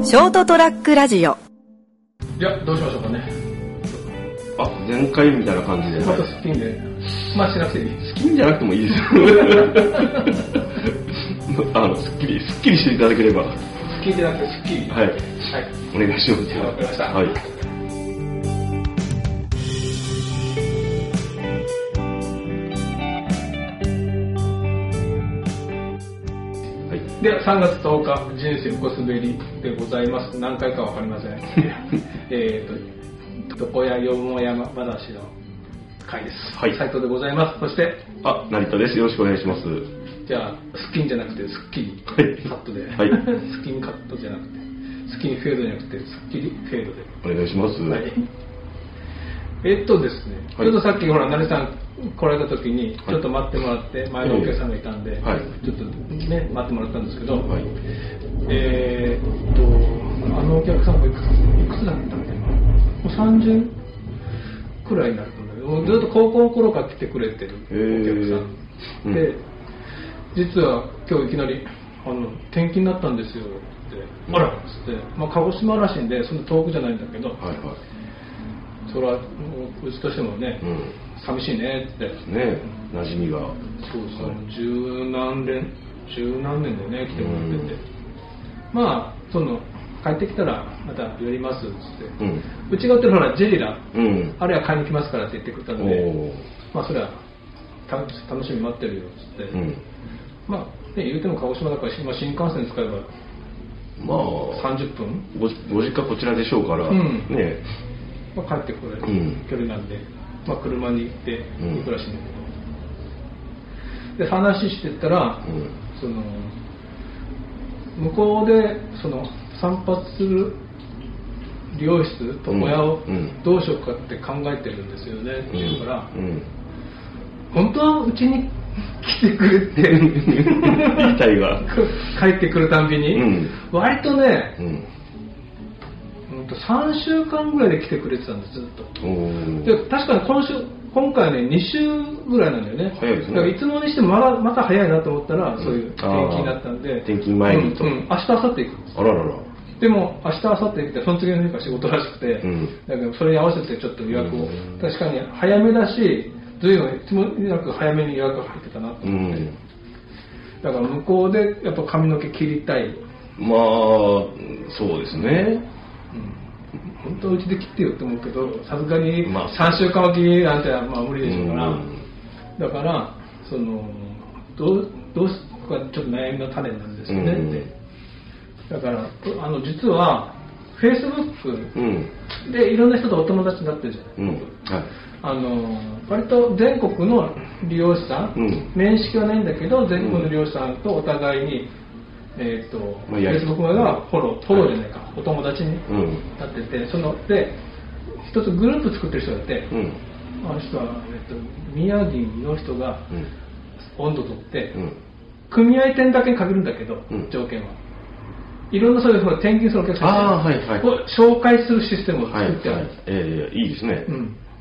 ショートトラックラジオ。 いや、どうしましょうかね。 前回みたいな感じで。 またスキンで。まあしなくていい。 スキンじゃなくてもいいですよ。すっきりしていただければ。 スキンじゃなくてスッキリ。 はい。はい。お願いします。 わかりました。 はい。 で、3月10日、人生横滑りでございます。何回かわかりません。床屋よもやま話の回です。 はい。 斉藤でございます。そして、 成田です。よろしくお願いします。 じゃあ、スキンじゃなくて、スッキリカットで。 はい。 スキンカットじゃなくて、スキンフェードじゃなくて、スッキリフェードで。 お願いします。 はい。ですね、ちょっとさっきほら、成田さん来られた時に、ちょっと待ってもらって、前のお客さんがいたんで、ちょっとね、待ってもらったんですけど、 はい、 あのお客さんがいくつだったんだよな。もう30くらいになると思うんだけど、ずっと高校の頃から来てくれてるお客さん。で、実は今日いきなり、転勤になったんですよって、あらっつって、まあ、鹿児島らしいんで、そんな遠くじゃないんだけど、はいはい、それはうちとしてもね、寂しいねってね、馴染みがそう十何年でね来てもらってて、まあ帰ってきたらまたやりますっつって、うちが売ってるほらジェリラ、あれは買いに来ますからって言ってくれたので、まあそれは楽しみ待ってるよっつって、まあね言うても鹿児島だから新幹線使えばまあ30分ご実家こちらでしょうからね。 まあ、帰ってこれる距離なんで、まあ、車に行って行くらしいんだけど、で話してたら、向こうで散髪する理容室と親をどうしようかって考えてるんですよねって言うから、本当はうちに来てくれって言いたいが帰ってくるたんびに、割とね、3週間ぐらいで来てくれてたんです、ずっと。で確かに今回ね、2週ぐらいなんだよね。 早いですね。 だからいつもにしてもまた早いなと思ったら、そういう転勤だったんで。 転勤前にと。 明日、明後日行くんです。 あららら。 でも、明日、明後日行って、その次の日が仕事らしくて、だからそれに合わせてちょっと予約を。確かに早めだし、随分いつもなく早めに予約が入ってたなと思って。だから向こうでやっぱ髪の毛切りたい。 まあ、そうですね。 本当はうちで切ってよって思うけど、さすがに3週間おきになんてまあ無理でしょうから、だからどうすかちょっと悩みの種なんですよねって。だから実はフェイスブックでいろんな人とお友達になってるじゃない、割と全国の利用者さん、面識はないんだけど全国の利用者さんとお互いにフェイスブックがフォローじゃないか、お友達になってて、で一つグループ作ってる人がいて、あの人は、宮城の人が温度取って、組合店だけに限るんだけど、条件はいろんなそういう転勤するお客さんを紹介するシステムを作ってある。 いいですね。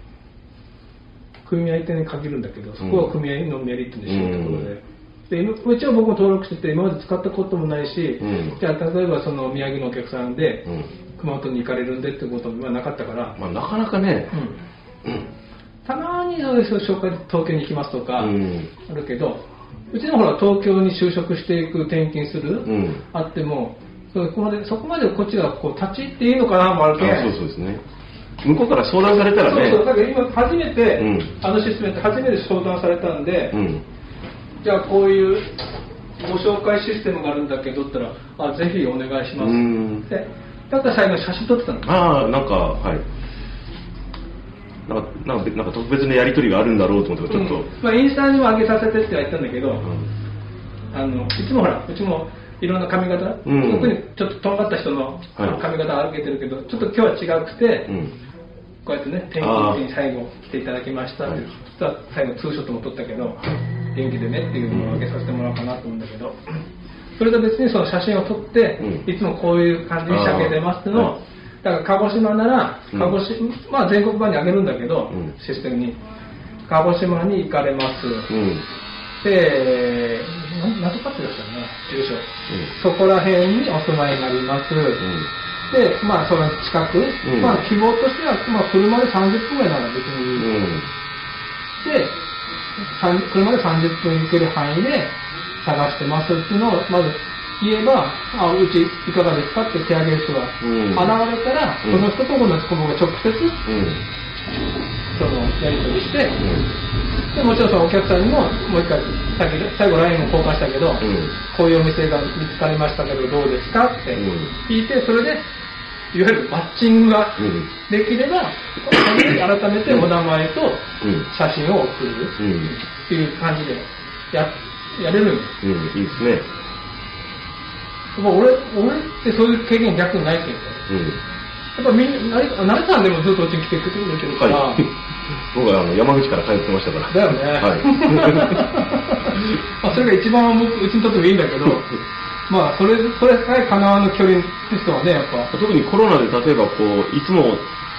組合店に限るんだけど、そこは組合のメリットにしようってことで。で一応僕も登録してて今まで使ったこともないし、じゃあ例えば宮城のお客さんで、熊本に行かれるんでってこともなかったから、 なかなかね、 たまにそういう紹介で東京に行きますとかあるけど、うちのほら東京に就職していく転勤する、あってもそこまでこっちがこう立ち入っていいのかなもあるけど、 そうですね。向こうから相談されたらね、 だから今初めて、システムって初めて相談されたんで、じゃあこういうご紹介システムがあるんだけどって言ったら、ぜひお願いしますって。だから最後に写真撮ってたの。 なんか特別なやり取りがあるんだろうと思って、ちょっと、 インスタにも上げさせてって言ったんだけど、いつもほらうちもいろんな髪型、特にちょっととんがった人の髪型を上げてるけど、ちょっと今日は違くて、こうやってね、転勤に最後来ていただきましたって、実は最後ツーショットも撮ったけど、元気でねっていうのを上げさせてもらおうかなと思うんだけど、それと別にその写真を撮って、いつもこういう感じに仕上げてますっていうのを、だから鹿児島なら全国版に上げるんだけど、システムに鹿児島に行かれます、でなんとかってですよね、 住所、そこら辺にお住まいになります。で、まあその近く、まあ希望としては、まあ車で30分ぐらいなら別にいい。で、車で30分行ける範囲で探してますっていうのをまず言えば、うちいかがですかって手挙げる人が現れたら、その人とこの僕が直接、そのやり取りして、でもちろんそのお客さんにももう一回最後 LINE も交換したけど、こういうお店が見つかりましたけどどうですかって聞いて、それでいわゆるマッチングができれば、改めてお名前と写真を送るっていう感じでやれるんです。 いいですね。 俺ってそういう経験逆にないけど、やっぱみんな、成田さんでもずっとうちに来てくれてるから、 僕は山口から通ってましたから。 だよね。まあそれが一番うちにとってもいいんだけど、まあそれさえかなわぬ距離の人はね、やっぱ。 特にコロナで例えばこう、いつも、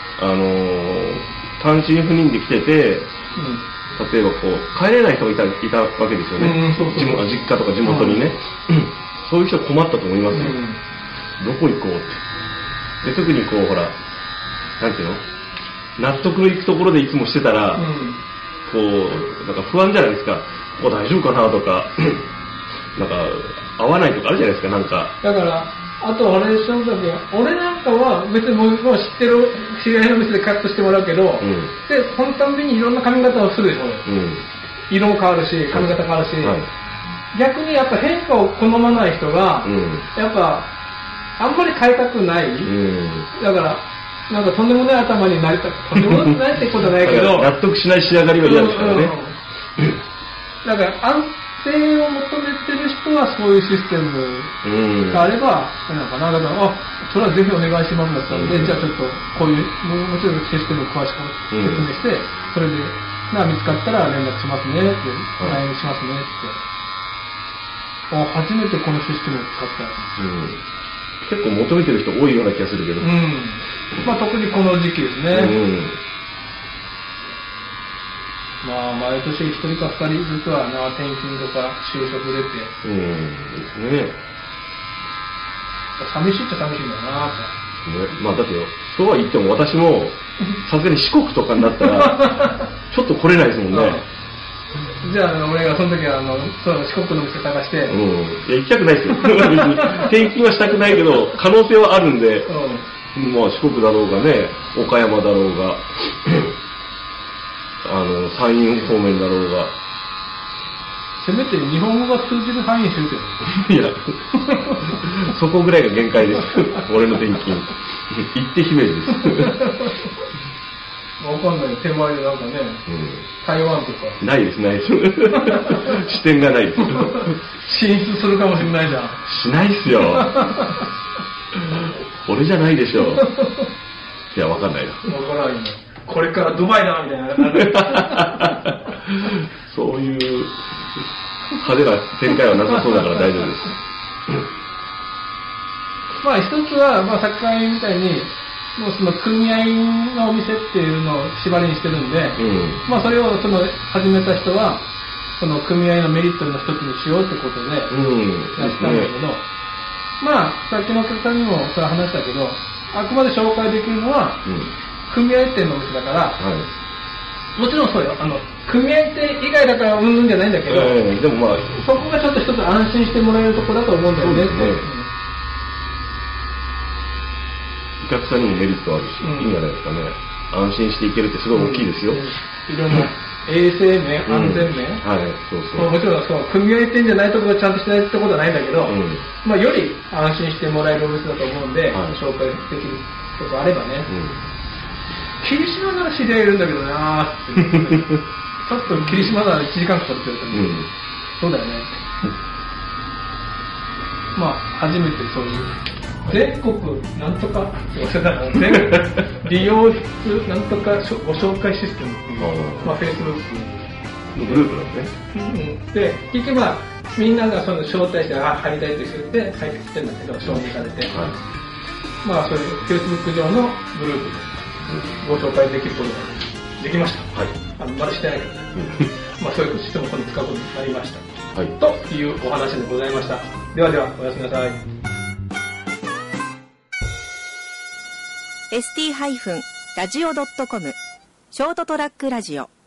単身赴任で来てて、例えばこう、帰れない人がいたわけですよね。実家とか地元にね。そういう人困ったと思いますよ。どこ行こうって。で、特にこう、ほら、なんていうの？納得のいくところでいつもしてたら、こう、なんか不安じゃないですか。ここ大丈夫かなとか、なんか、合わないとかあるじゃないですか、なんか。 だから、あとあれでしょ、俺なんかは別にもう知ってる知り合いの店でカットしてもらうけど、で、そのたんびにいろんな髪型をするでしょ、色も変わるし、髪型変わるし、逆にやっぱ変化を好まない人が、やっぱあんまり変えたくない、だからなんかとんでもない頭になりたく、とんでもないってことはないけど納得しない仕上がりは嫌ですからね。 だから安定を求めてる人はそういうシステムがあればなんかな、だからそれはぜひお願いしますだったので、じゃあちょっとこういうもちろんシステムを詳しく説明して、それで見つかったら連絡しますねって、LINE しますねって。初めてこのシステムを使った。 結構求めてる人多いような気がするけど。 まあ特にこの時期ですね。まあ毎年1人か2人ずつは転勤とか就職出て。 ですね。 寂しいっちゃ寂しいんだよなって。 まあだってよ、そうは言っても私もさすがに四国とかになったらちょっと来れないですもんね。 じゃあ俺がその時はその四国の店探して、いや行きたくないですよ。転勤はしたくないけど可能性はあるんで、まあ四国だろうがね、岡山だろうが、山陰方面だろうが、 せめて日本語が通じる範囲にするけど。 いや、そこぐらいが限界です。俺の転勤。行って姫路です。 わかんない。手前でなんかね、台湾とか。 ないです、ないです。視点がないです。 進出するかもしれないじゃん。 しないっすよ。俺じゃないでしょ。いや、わかんないな。 わからない。これからドバイだみたいな。 そういう派手な展開はなさそうだから大丈夫です。 まあ一つは、まあさっきから言うみたいに、もうその組合のお店っていうのを縛りにしてるんで、まあそれを始めた人はその組合のメリットの一つにしようってことでやったんだけど、まあさっきのお客さんにもそれ話したけど、あくまで紹介できるのは組合店のお店だから、もちろんそうよ、組合店以外だからうんじゃないんだけど、 でもまあそこがちょっと一つ安心してもらえるところだと思うんだよねって。 お客さんにもメリットあるし、いいんじゃないですかね。安心していけるってすごい大きいですよ。 いろんな衛生面、安全面、 そうそう。 もちろんそう組合店じゃないところがちゃんとしてないってことはないんだけど、まあより安心してもらえるお店だと思うんで、紹介できるとこあればね。霧島なら知り合いいるんだけどなーって。ちょっと霧島なら1時間かかってるから、そうだよね。まあ初めてそういう。全国なんとか利用室なんとかご紹介システムっていう、まあ、Facebook のグループなんですね。 で結局まあみんながその招待して入りたいと言って入ってきてるんだけど、承認されて、まあそういう Facebook 上のグループでご紹介できることができました。まだしてないけどね。まあそういうシステムを今度使うことになりました。 はい、 というお話でございました。ではでは、おやすみなさい。 st-radio.com ショートトラックラジオ